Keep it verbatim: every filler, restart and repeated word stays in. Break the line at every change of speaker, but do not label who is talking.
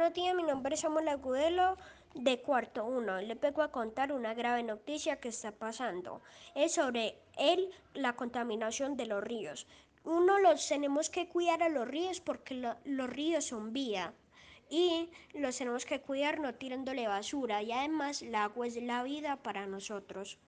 Buenos días, mi nombre es Samuel Agudelo de cuarto uno. Le vengo a contar una grave noticia que está pasando. Es sobre el, la contaminación de los ríos. Uno, los tenemos que cuidar a los ríos porque lo- los ríos son vida y los tenemos que cuidar no tirándole basura y además el agua es la vida para nosotros.